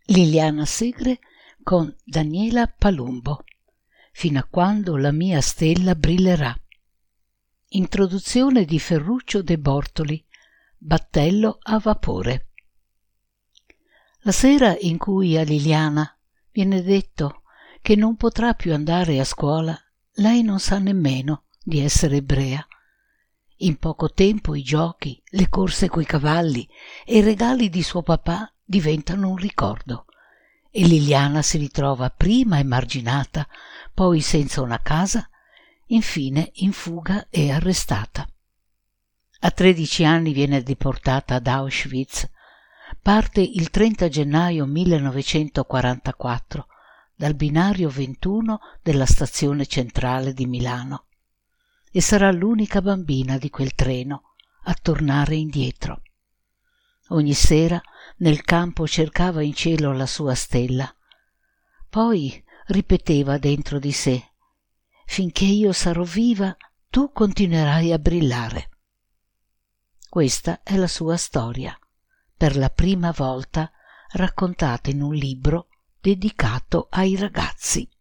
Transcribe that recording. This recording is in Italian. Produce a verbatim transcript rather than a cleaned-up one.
Liliana Segre con Daniela Palumbo. Fino a quando la mia stella brillerà. Introduzione di Ferruccio De Bortoli. Battello a vapore. La sera in cui a Liliana viene detto che non potrà più andare a scuola, lei non sa nemmeno di essere ebrea. In poco tempo i giochi, le corse coi cavalli e i regali di suo papà diventano un ricordo e Liliana si ritrova prima emarginata, poi senza una casa, infine in fuga e arrestata. A tredici anni viene deportata ad Auschwitz. Parte il trenta gennaio millenovecentoquarantaquattro dal binario ventuno della stazione centrale di Milano e sarà l'unica bambina di quel treno a tornare indietro. Ogni sera nel campo cercava in cielo la sua stella. Poi ripeteva dentro di sé: finché io sarò viva, tu continuerai a brillare. Questa è la sua storia, per la prima volta raccontata in un libro dedicato ai ragazzi.